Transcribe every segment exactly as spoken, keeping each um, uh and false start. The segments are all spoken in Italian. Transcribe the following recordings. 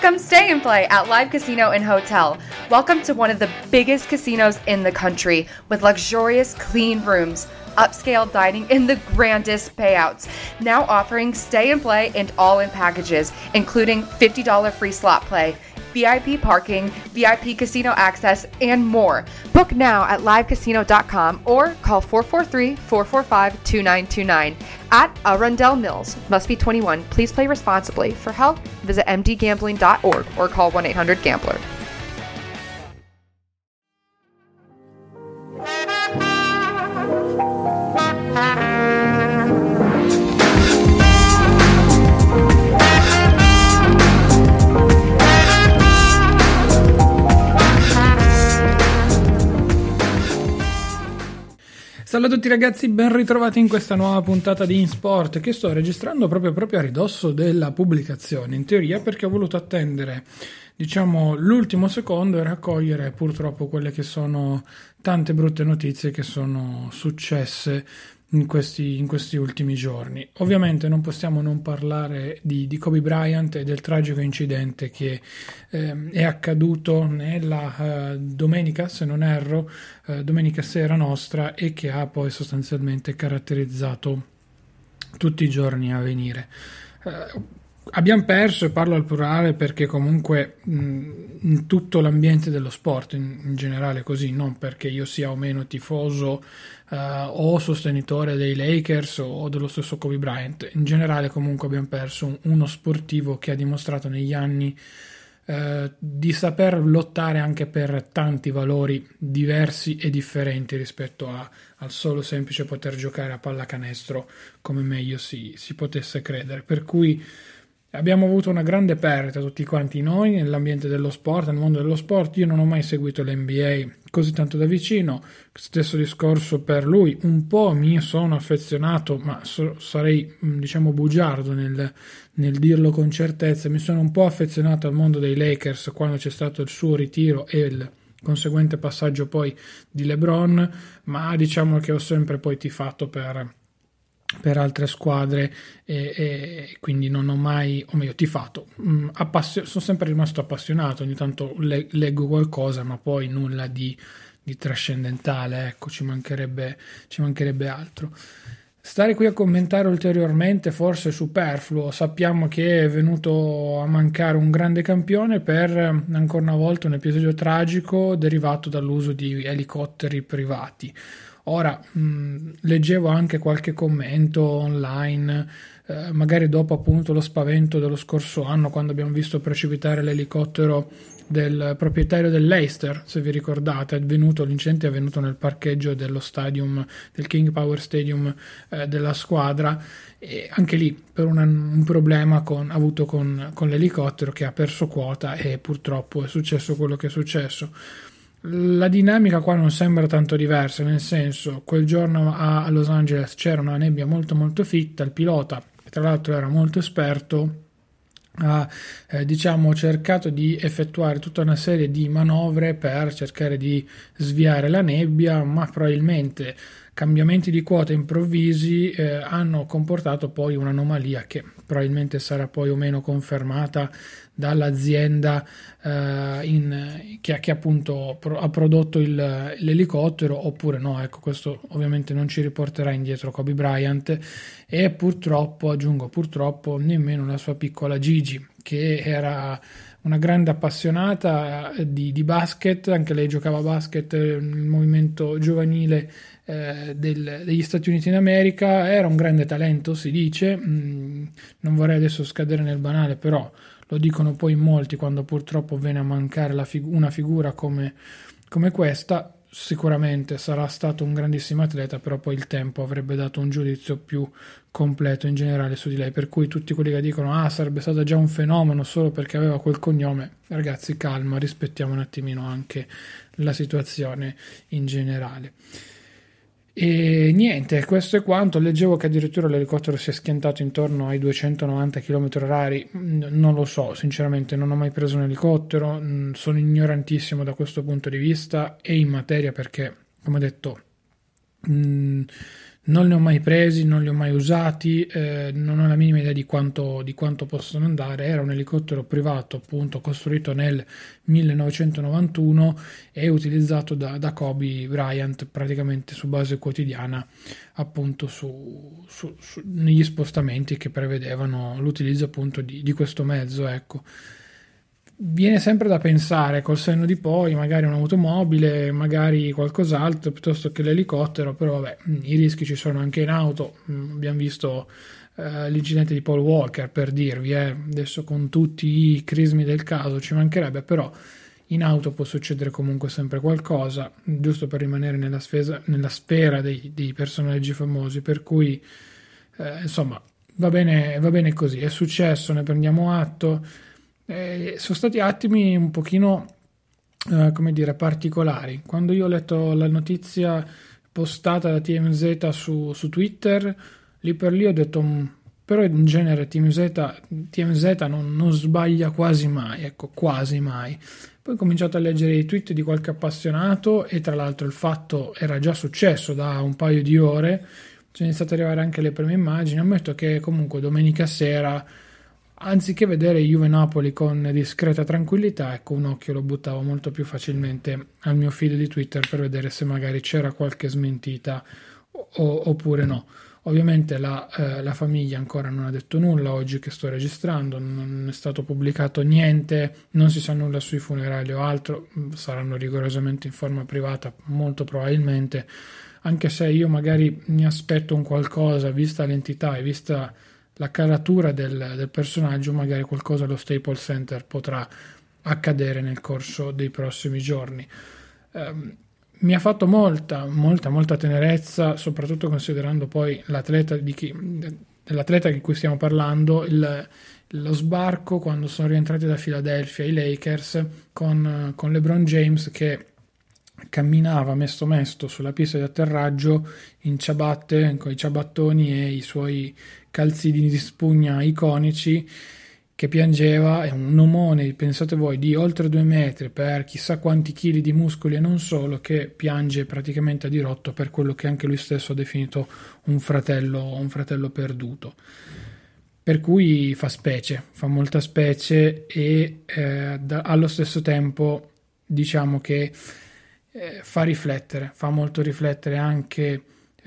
Come stay and play at Live Casino and Hotel. Welcome to one of the biggest casinos in the country with luxurious, clean rooms, upscale dining, and the grandest payouts. Now offering stay and play and all-in packages, including fifty dollars free slot play, V I P parking, V I P casino access, and more. Book now at live casino dot com or call four four three, four four five, two nine two nine. At Arundel Mills. Must be twenty-one. Please play responsibly. For help, visit m d gambling dot org or call one eight hundred gambler. Salve a tutti ragazzi, ben ritrovati in questa nuova puntata di InSport che sto registrando proprio, proprio a ridosso della pubblicazione, in teoria perché ho voluto attendere diciamo l'ultimo secondo e raccogliere purtroppo quelle che sono tante brutte notizie che sono successe in questi, in questi ultimi giorni. Ovviamente non possiamo non parlare di, di Kobe Bryant e del tragico incidente che eh, è accaduto nella eh, domenica, se non erro, eh, domenica sera nostra, e che ha poi sostanzialmente caratterizzato tutti i giorni a venire. Eh, Abbiamo perso, e parlo al plurale perché comunque mh, in tutto l'ambiente dello sport, in, in generale così, non perché io sia o meno tifoso uh, o sostenitore dei Lakers o dello stesso Kobe Bryant, in generale comunque abbiamo perso un, uno sportivo che ha dimostrato negli anni uh, di saper lottare anche per tanti valori diversi e differenti rispetto a, al solo semplice poter giocare a pallacanestro come meglio si, si potesse credere, per cui abbiamo avuto una grande perdita tutti quanti noi nell'ambiente dello sport, nel mondo dello sport. Io non ho mai seguito l'N B A così tanto da vicino, stesso discorso per lui, un po' mi sono affezionato, ma so, sarei diciamo bugiardo nel, nel dirlo con certezza, mi sono un po' affezionato al mondo dei Lakers quando c'è stato il suo ritiro e il conseguente passaggio poi di LeBron, ma diciamo che ho sempre poi tifato per per altre squadre e, e quindi non ho mai, o meglio tifato, mh, appassio- sono sempre rimasto appassionato, ogni tanto le- leggo qualcosa ma poi nulla di, di trascendentale, ecco, ci mancherebbe, ci mancherebbe altro. Stare qui a commentare ulteriormente forse è superfluo, sappiamo che è venuto a mancare un grande campione per ancora una volta un episodio tragico derivato dall'uso di elicotteri privati. Ora, mh, leggevo anche qualche commento online, eh, magari dopo appunto lo spavento dello scorso anno quando abbiamo visto precipitare l'elicottero del proprietario dell'Leicester, se vi ricordate, è avvenuto, l'incidente è avvenuto nel parcheggio dello stadium, del King Power Stadium eh, della squadra, e anche lì per una, un problema con, avuto con, con l'elicottero che ha perso quota e purtroppo è successo quello che è successo. La dinamica qua non sembra tanto diversa, nel senso, quel giorno a Los Angeles c'era una nebbia molto molto fitta, il pilota, che tra l'altro era molto esperto, ha eh, diciamo cercato di effettuare tutta una serie di manovre per cercare di sviare la nebbia, ma probabilmente cambiamenti di quota improvvisi eh, hanno comportato poi un'anomalia che probabilmente sarà poi o meno confermata dall'azienda eh, in, che, che appunto pro, ha prodotto il, l'elicottero, oppure no, ecco, questo ovviamente non ci riporterà indietro Kobe Bryant e purtroppo, aggiungo purtroppo, nemmeno la sua piccola Gigi, che era una grande appassionata di, di basket, anche lei giocava a basket nel movimento giovanile eh, del, degli Stati Uniti d'America, era un grande talento si dice, mm, non vorrei adesso scadere nel banale, però lo dicono poi in molti quando purtroppo viene a mancare la fig- una figura come, come questa. Sicuramente sarà stato un grandissimo atleta, però poi il tempo avrebbe dato un giudizio più completo in generale su di lei, per cui tutti quelli che dicono ah sarebbe stato già un fenomeno solo perché aveva quel cognome, ragazzi calma, rispettiamo un attimino anche la situazione in generale. E niente, questo è quanto. Leggevo che addirittura l'elicottero si è schiantato intorno ai duecentonovanta chilometri orari, non lo so, sinceramente non ho mai preso un elicottero, sono ignorantissimo da questo punto di vista e in materia perché, come ho detto, mh, Non li ho mai presi, non li ho mai usati, eh, non ho la minima idea di quanto, di quanto possono andare. Era un elicottero privato, appunto, costruito nel millenovecentonovantuno e utilizzato da, da Kobe Bryant praticamente su base quotidiana, appunto su, su, su, negli spostamenti che prevedevano l'utilizzo appunto di, di questo mezzo, ecco. Viene sempre da pensare col senno di poi, magari un'automobile, magari qualcos'altro piuttosto che l'elicottero, però vabbè, i rischi ci sono anche in auto. Abbiamo visto eh, l'incidente di Paul Walker, per dirvi, eh. Adesso con tutti i crismi del caso ci mancherebbe, però in auto può succedere comunque sempre qualcosa, giusto per rimanere nella, sfesa, nella sfera dei, dei personaggi famosi, per cui eh, insomma va bene, va bene così, è successo, ne prendiamo atto. Eh, sono stati attimi un pochino eh, come dire particolari. Quando io ho letto la notizia postata da T M Z su, su Twitter, lì per lì ho detto mh, però in genere T M Z, T M Z non, non sbaglia quasi mai, ecco, quasi mai. Poi ho cominciato a leggere i tweet di qualche appassionato e tra l'altro il fatto era già successo da un paio di ore, sono iniziate ad arrivare anche le prime immagini. Ammetto che comunque domenica sera, anziché vedere Juve-Napoli con discreta tranquillità, ecco, un occhio lo buttavo molto più facilmente al mio feed di Twitter per vedere se magari c'era qualche smentita o, oppure no. Ovviamente la, eh, la famiglia ancora non ha detto nulla oggi che sto registrando, non è stato pubblicato niente, non si sa nulla sui funerali o altro, saranno rigorosamente in forma privata molto probabilmente, anche se io magari mi aspetto un qualcosa, vista l'entità e vista la caratura del, del personaggio, magari qualcosa allo Staples Center potrà accadere nel corso dei prossimi giorni. Um, mi ha fatto molta, molta, molta tenerezza, soprattutto considerando poi l'atleta di chi, dell'atleta di cui stiamo parlando, il, lo sbarco quando sono rientrati da Philadelphia i Lakers con, con LeBron James che camminava mesto mesto sulla pista di atterraggio in ciabatte, con i ciabattoni e i suoi calzini di spugna iconici, che piangeva. È un omone, pensate voi, di oltre due metri per chissà quanti chili di muscoli e non solo, che piange praticamente a dirotto per quello che anche lui stesso ha definito un fratello, un fratello perduto. Per cui fa specie, fa molta specie e eh, da, allo stesso tempo diciamo che eh, fa riflettere, fa molto riflettere anche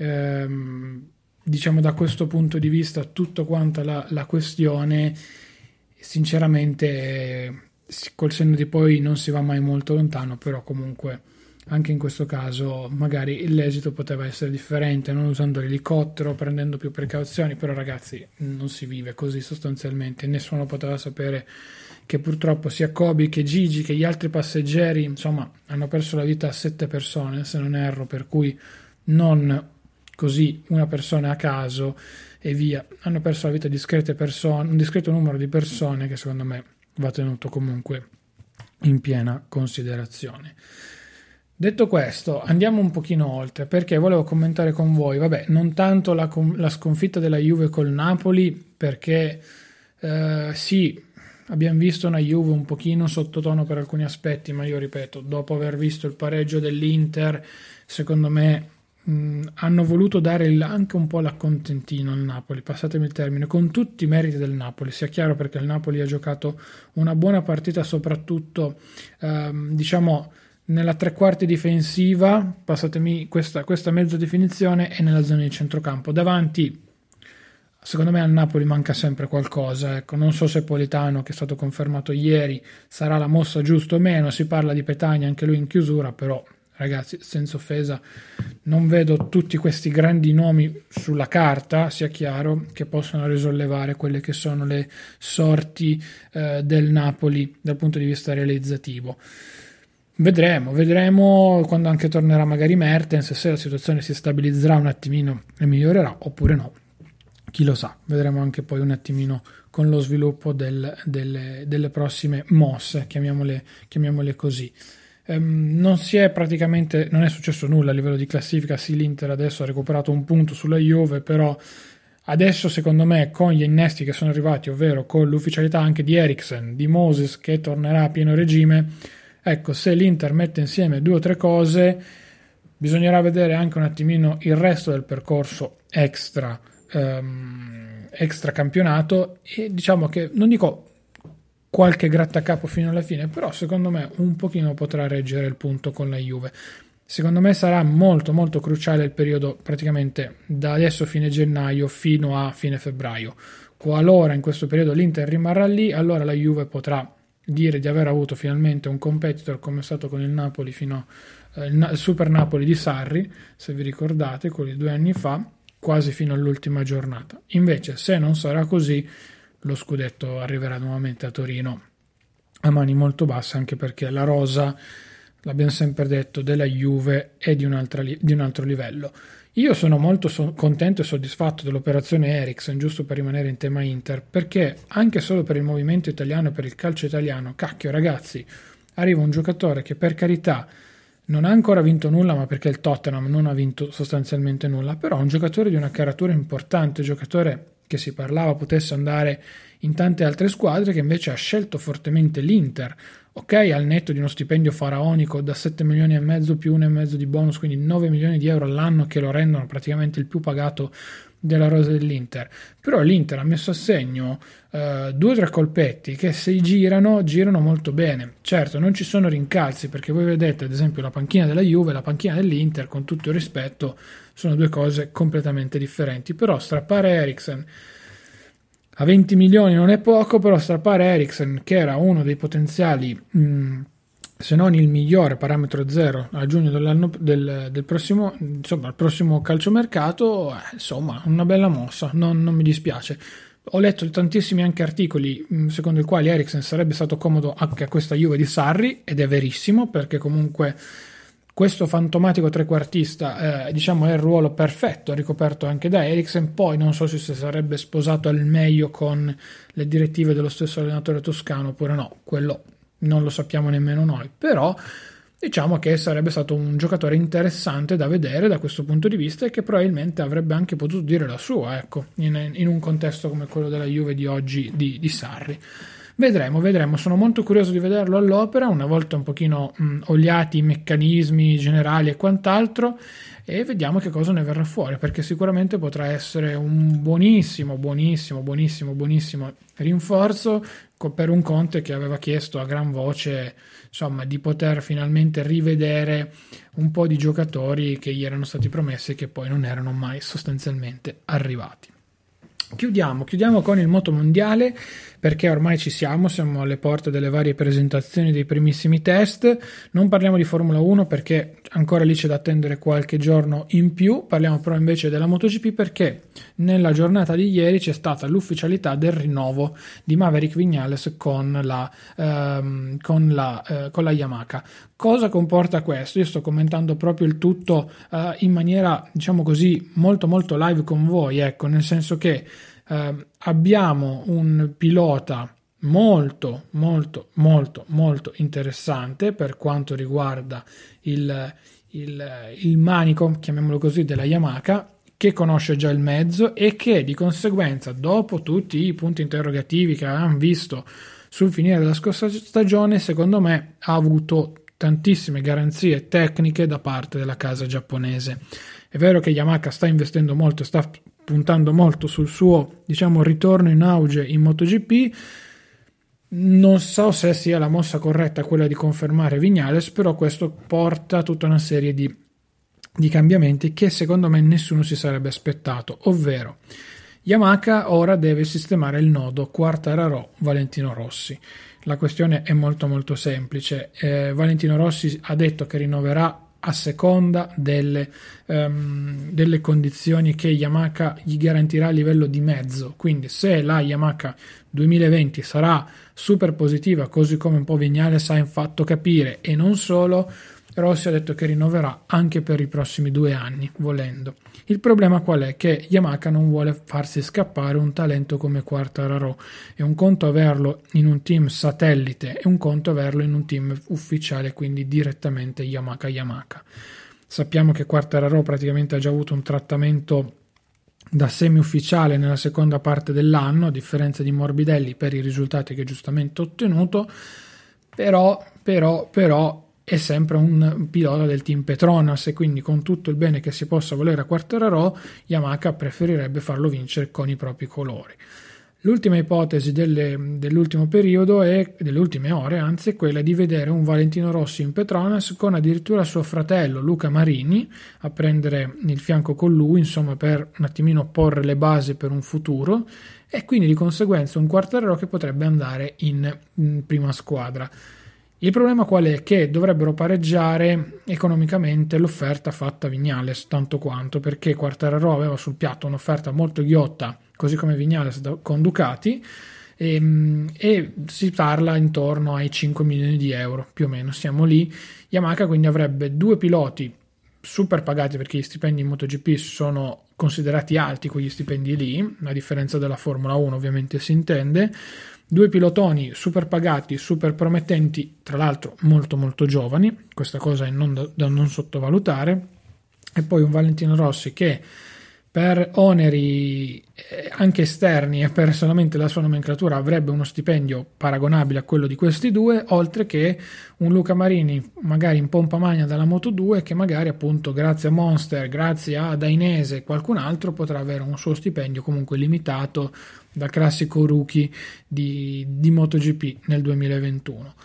ehm, diciamo da questo punto di vista tutto quanto la, la questione. Sinceramente eh, col senno di poi non si va mai molto lontano, però comunque anche in questo caso magari l'esito poteva essere differente, non usando l'elicottero, prendendo più precauzioni, però ragazzi non si vive così sostanzialmente, nessuno poteva sapere che purtroppo sia Kobe che Gigi che gli altri passeggeri insomma hanno perso la vita a sette persone se non erro, per cui non così una persona a caso e via, hanno perso la vita discrete persone, un discreto numero di persone che secondo me va tenuto comunque in piena considerazione. Detto questo, andiamo un pochino oltre, perché volevo commentare con voi, vabbè, non tanto la, la sconfitta della Juve col Napoli, perché eh, sì, abbiamo visto una Juve un pochino sottotono per alcuni aspetti, ma io ripeto, dopo aver visto il pareggio dell'Inter, secondo me mh, hanno voluto dare il, anche un po' l'accontentino al Napoli, passatemi il termine, con tutti i meriti del Napoli, sia chiaro, perché il Napoli ha giocato una buona partita, soprattutto ehm, diciamo nella tre quarti difensiva, passatemi questa, questa mezza definizione, e nella zona di centrocampo. Davanti secondo me al Napoli manca sempre qualcosa, ecco, non so se Politano, che è stato confermato ieri, sarà la mossa giusta o meno, si parla di Petagna anche lui in chiusura, però ragazzi, senza offesa, non vedo tutti questi grandi nomi sulla carta, sia chiaro, che possano risollevare quelle che sono le sorti eh, del Napoli dal punto di vista realizzativo. Vedremo, vedremo quando anche tornerà magari Mertens, se la situazione si stabilizzerà un attimino e migliorerà oppure no, chi lo sa. Vedremo anche poi un attimino con lo sviluppo del, delle, delle prossime mosse, chiamiamole, chiamiamole così. Um, non si è praticamente, non è successo nulla a livello di classifica. Sì, l'Inter adesso ha recuperato un punto sulla Juve, però adesso secondo me con gli innesti che sono arrivati, ovvero con l'ufficialità anche di Eriksen, di Moses che tornerà a pieno regime, ecco, se l'Inter mette insieme due o tre cose Bisognerà vedere anche un attimino il resto del percorso extra, ehm, extra campionato, e diciamo che non dico qualche grattacapo fino alla fine, però secondo me un pochino potrà reggere il punto con la Juve. Secondo me sarà molto molto cruciale il periodo praticamente da adesso fine gennaio fino a fine febbraio. Qualora in questo periodo l'Inter rimarrà lì, allora la Juve potrà dire di aver avuto finalmente un competitor, come è stato con il Napoli fino eh, il, il Super Napoli di Sarri, se vi ricordate, quelli due anni fa, quasi fino all'ultima giornata. Invece, se non sarà così, lo scudetto arriverà nuovamente a Torino a mani molto basse, anche perché la rosa, l'abbiamo sempre detto, della Juve è di, un'altra li- di un altro livello. Io sono molto so- contento e soddisfatto dell'operazione Eriksen, giusto per rimanere in tema Inter, perché anche solo per il movimento italiano e per il calcio italiano, cacchio ragazzi, arriva un giocatore che per carità non ha ancora vinto nulla, ma perché il Tottenham non ha vinto sostanzialmente nulla, però un giocatore di una caratura importante, un giocatore che si parlava potesse andare in tante altre squadre, che invece ha scelto fortemente l'Inter. Ok, al netto di uno stipendio faraonico da sette milioni e mezzo più uno e mezzo di bonus, quindi nove milioni di euro all'anno, che lo rendono praticamente il più pagato della rosa dell'Inter. Però l'Inter ha messo a segno eh, due o tre colpetti che, se girano, girano molto bene. Certo, non ci sono rincalzi, perché voi vedete ad esempio la panchina della Juve e la panchina dell'Inter, con tutto il rispetto, sono due cose completamente differenti. Però strappare Eriksen a venti milioni non è poco, però strappare Eriksen, che era uno dei potenziali, mh, se non il migliore, parametro zero a giugno dell'anno del, del prossimo, insomma, il prossimo calciomercato, eh, insomma, una bella mossa, non, non mi dispiace. Ho letto tantissimi anche articoli mh, secondo i quali Eriksen sarebbe stato comodo anche a questa Juve di Sarri, ed è verissimo, perché comunque questo fantomatico trequartista eh, diciamo è il ruolo perfetto ricoperto anche da Eriksen. Poi non so se si sarebbe sposato al meglio con le direttive dello stesso allenatore toscano oppure no, quello non lo sappiamo nemmeno noi, però diciamo che sarebbe stato un giocatore interessante da vedere da questo punto di vista, e che probabilmente avrebbe anche potuto dire la sua, ecco, in, in un contesto come quello della Juve di oggi di, di Sarri. Vedremo, vedremo, sono molto curioso di vederlo all'opera, una volta un pochino mh, oliati i meccanismi generali e quant'altro, e vediamo che cosa ne verrà fuori, perché sicuramente potrà essere un buonissimo, buonissimo, buonissimo, buonissimo rinforzo per un Conte che aveva chiesto a gran voce, insomma, di poter finalmente rivedere un po' di giocatori che gli erano stati promessi e che poi non erano mai sostanzialmente arrivati. Chiudiamo, chiudiamo con il motomondiale, perché ormai ci siamo, siamo alle porte delle varie presentazioni dei primissimi test. Non parliamo di Formula uno perché ancora lì c'è da attendere qualche giorno in più, parliamo però invece della MotoGP, perché nella giornata di ieri c'è stata l'ufficialità del rinnovo di Maverick Viñales con la, ehm, con la, eh, con la Yamaha. Cosa comporta questo? Io sto commentando proprio il tutto eh, in maniera, diciamo così, molto molto live con voi, ecco, nel senso che eh, abbiamo un pilota molto molto molto molto interessante per quanto riguarda il, il, il manico, chiamiamolo così, della Yamaha, che conosce già il mezzo e che di conseguenza, dopo tutti i punti interrogativi che avevamo visto sul finire della scorsa stagione, secondo me ha avuto tantissime garanzie tecniche da parte della casa giapponese. È vero che Yamaha sta investendo molto, sta puntando molto sul suo, diciamo, ritorno in auge in MotoGP. Non so se sia la mossa corretta quella di confermare Viñales, però questo porta tutta una serie di, di cambiamenti che secondo me nessuno si sarebbe aspettato, ovvero Yamaha ora deve sistemare il nodo Quartararo-Valentino Rossi. La questione è molto molto semplice. Eh, Valentino Rossi ha detto che rinnoverà a seconda delle, um, delle condizioni che Yamaha gli garantirà a livello di mezzo. Quindi se la Yamaha duemilaventi sarà super positiva, così come un po' Viñales ha fatto capire, e non solo, Rossi ha detto che rinnoverà anche per i prossimi due anni, volendo. Il problema qual è? Che Yamaha non vuole farsi scappare un talento come Quartararo. È un conto averlo in un team satellite e un conto averlo in un team ufficiale, quindi direttamente Yamaha Yamaha. Sappiamo che Quartararo praticamente ha già avuto un trattamento da semi-ufficiale nella seconda parte dell'anno, a differenza di Morbidelli, per i risultati che giustamente ha ottenuto, però, però, però è sempre un pilota del team Petronas, e quindi con tutto il bene che si possa volere a Quartararo, Yamaha preferirebbe farlo vincere con i propri colori. L'ultima ipotesi delle, dell'ultimo periodo è, delle ultime ore anzi, è quella di vedere un Valentino Rossi in Petronas con addirittura suo fratello Luca Marini a prendere il fianco con lui, insomma, per un attimino porre le basi per un futuro, e quindi di conseguenza un Quartararo che potrebbe andare in, in prima squadra. Il problema qual è? Che dovrebbero pareggiare economicamente l'offerta fatta a Viñales, tanto quanto, perché Quartararo aveva sul piatto un'offerta molto ghiotta, così come Viñales con Ducati, e, e si parla intorno ai cinque milioni di euro, più o meno, siamo lì. Yamaha quindi avrebbe due piloti super pagati, perché gli stipendi in MotoGP sono considerati alti quegli stipendi lì, a differenza della Formula uno ovviamente si intende, due pilotoni super pagati, super promettenti, tra l'altro molto molto giovani, questa cosa è non da, da non sottovalutare, e poi un Valentino Rossi che per oneri anche esterni e per solamente la sua nomenclatura avrebbe uno stipendio paragonabile a quello di questi due, oltre che un Luca Marini magari in pompa magna dalla Moto due, che magari appunto grazie a Monster, grazie a Dainese e qualcun altro potrà avere un suo stipendio comunque limitato da classico rookie di, di MotoGP nel duemilaventuno.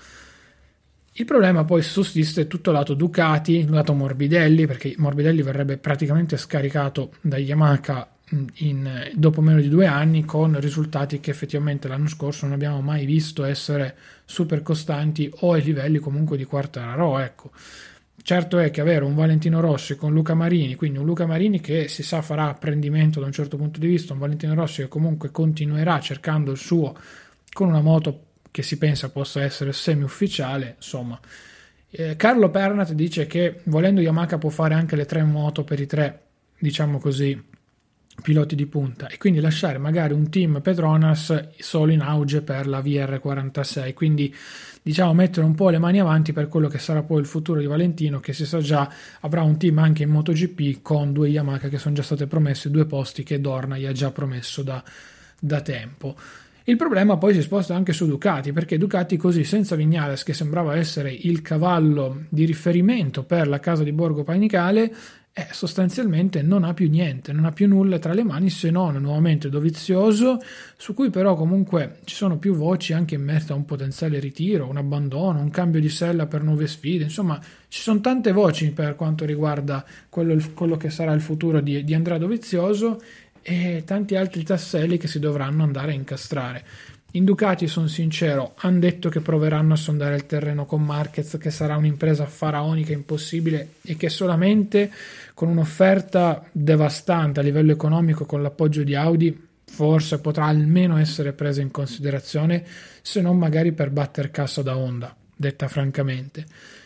Il problema poi sussiste tutto lato Ducati, lato Morbidelli, perché Morbidelli verrebbe praticamente scaricato da Yamaha in, dopo meno di due anni, con risultati che effettivamente l'anno scorso non abbiamo mai visto essere super costanti o ai livelli comunque di Quartararo, ecco. Certo è che avere un Valentino Rossi con Luca Marini, quindi un Luca Marini che si sa farà apprendimento da un certo punto di vista, un Valentino Rossi che comunque continuerà cercando il suo con una moto che si pensa possa essere semi-ufficiale, insomma. Eh, Carlo Pernat dice che volendo Yamaha può fare anche le tre moto per i tre, diciamo così, piloti di punta, e quindi lasciare magari un team Petronas solo in auge per la V R quarantasei, quindi diciamo mettere un po' le mani avanti per quello che sarà poi il futuro di Valentino, che si sa già avrà un team anche in MotoGP con due Yamaha che sono già state promesse, due posti che Dorna gli ha già promesso da, da tempo. Il problema poi si sposta anche su Ducati, perché Ducati così senza Viñales, che sembrava essere il cavallo di riferimento per la casa di Borgo Panigale, eh, sostanzialmente non ha più niente, non ha più nulla tra le mani, se non nuovamente Dovizioso, su cui però comunque ci sono più voci anche in merito a un potenziale ritiro, un abbandono, un cambio di sella per nuove sfide, insomma ci sono tante voci per quanto riguarda quello, quello che sarà il futuro di, di Andrea Dovizioso, e tanti altri tasselli che si dovranno andare a incastrare. In Ducati, sono sincero, hanno detto che proveranno a sondare il terreno con Marquez, che sarà un'impresa faraonica impossibile e che solamente con un'offerta devastante a livello economico, con l'appoggio di Audi, forse potrà almeno essere presa in considerazione, se non magari per batter cassa da Honda, detta francamente.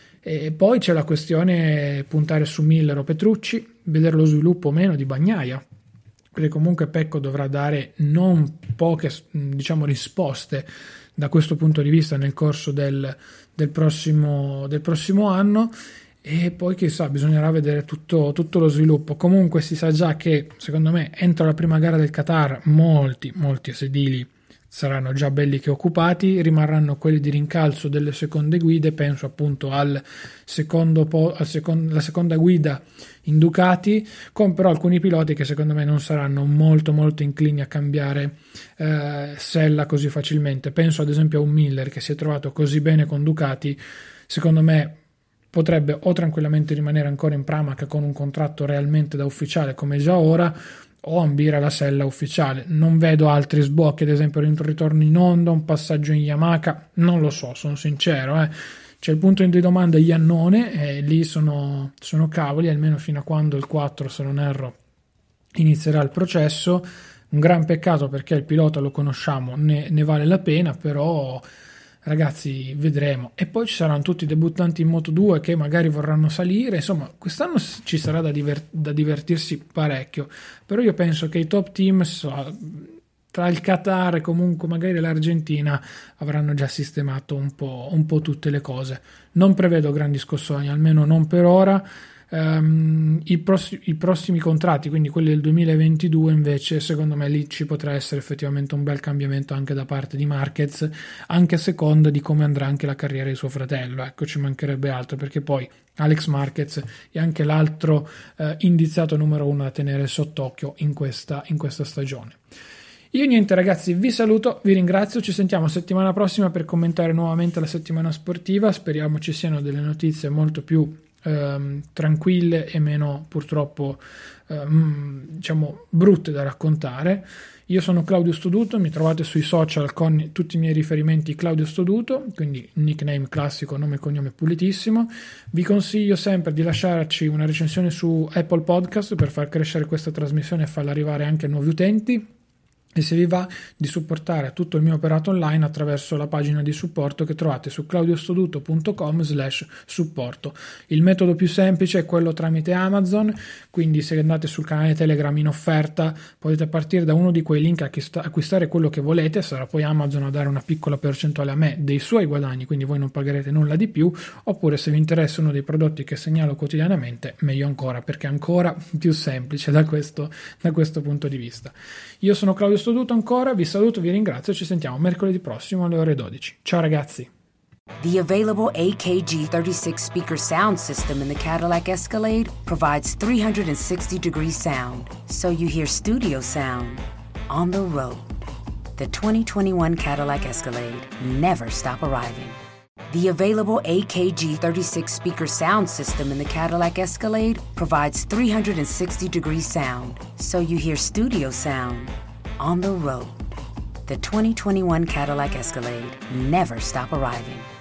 E poi c'è la questione puntare su Miller o Petrucci, vedere lo sviluppo o meno di Bagnaia, perché comunque Pecco dovrà dare non poche, diciamo, risposte da questo punto di vista nel corso del, del, prossimo, del prossimo anno, e poi chissà, bisognerà vedere tutto, tutto lo sviluppo. Comunque si sa già che secondo me entro la prima gara del Qatar molti, molti sedili saranno già belli che occupati, rimarranno quelli di rincalzo delle seconde guide, penso appunto al secondo po- al second- la seconda guida in Ducati, con però alcuni piloti che secondo me non saranno molto molto inclini a cambiare eh, sella così facilmente. Penso ad esempio a un Miller che si è trovato così bene con Ducati, secondo me potrebbe o tranquillamente rimanere ancora in Pramac con un contratto realmente da ufficiale come già ora, o ambire alla sella ufficiale. Non vedo altri sbocchi, ad esempio un ritorno in Honda, un passaggio in Yamaha, non lo so, sono sincero, eh. C'è il punto di domanda Iannone, e lì sono, sono cavoli, almeno fino a quando il quattro, se non erro, inizierà il processo. Un gran peccato, perché il pilota lo conosciamo, ne, ne vale la pena, però ragazzi vedremo. E poi ci saranno tutti i debuttanti in Moto due che magari vorranno salire, insomma quest'anno ci sarà da, diver- da divertirsi parecchio, però io penso che i top teams tra il Qatar e comunque magari l'Argentina avranno già sistemato un po', un po' tutte le cose. Non prevedo grandi scossoni, almeno non per ora. Um, i, pross- i prossimi contratti, quindi quelli del duemilaventidue, invece secondo me lì ci potrà essere effettivamente un bel cambiamento anche da parte di Marquez, anche a seconda di come andrà anche la carriera di suo fratello. Ecco, ci mancherebbe altro, perché poi Alex Marquez è anche l'altro eh, indiziato numero uno da tenere sott'occhio in questa, in questa stagione. Io niente ragazzi, vi saluto, vi ringrazio, ci sentiamo settimana prossima per commentare nuovamente la settimana sportiva. Speriamo ci siano delle notizie molto più Ehm, tranquille e meno purtroppo ehm, diciamo brutte da raccontare. Io sono Claudio Stoduto, mi trovate sui social con tutti i miei riferimenti Claudio Stoduto, quindi nickname classico, nome e cognome pulitissimo. Vi consiglio sempre di lasciarci una recensione su Apple Podcast per far crescere questa trasmissione e farla arrivare anche a nuovi utenti. E se vi va, di supportare tutto il mio operato online attraverso la pagina di supporto che trovate su claudiostoduto punto com slash supporto. Il metodo più semplice è quello tramite Amazon, quindi se andate sul canale Telegram in offerta potete partire da uno di quei link a acquistare quello che volete, sarà poi Amazon a dare una piccola percentuale a me dei suoi guadagni, quindi voi non pagherete nulla di più, oppure se vi interessa uno dei prodotti che segnalo quotidianamente, meglio ancora, perché è ancora più semplice da questo, da questo punto di vista. Io sono Claudio Stoduto ancora, vi saluto, vi ringrazio e ci sentiamo mercoledì prossimo alle ore dodici. Ciao ragazzi! The available A K G thirty-six speaker sound system in the Cadillac Escalade provides three hundred sixty degree sound, so you hear studio sound on the road. The twenty twenty-one Cadillac Escalade, never stop arriving. The available A K G thirty-six speaker sound system in the Cadillac Escalade provides three hundred sixty degree sound, so you hear studio sound on the road. The twenty twenty-one Cadillac Escalade, never stop arriving.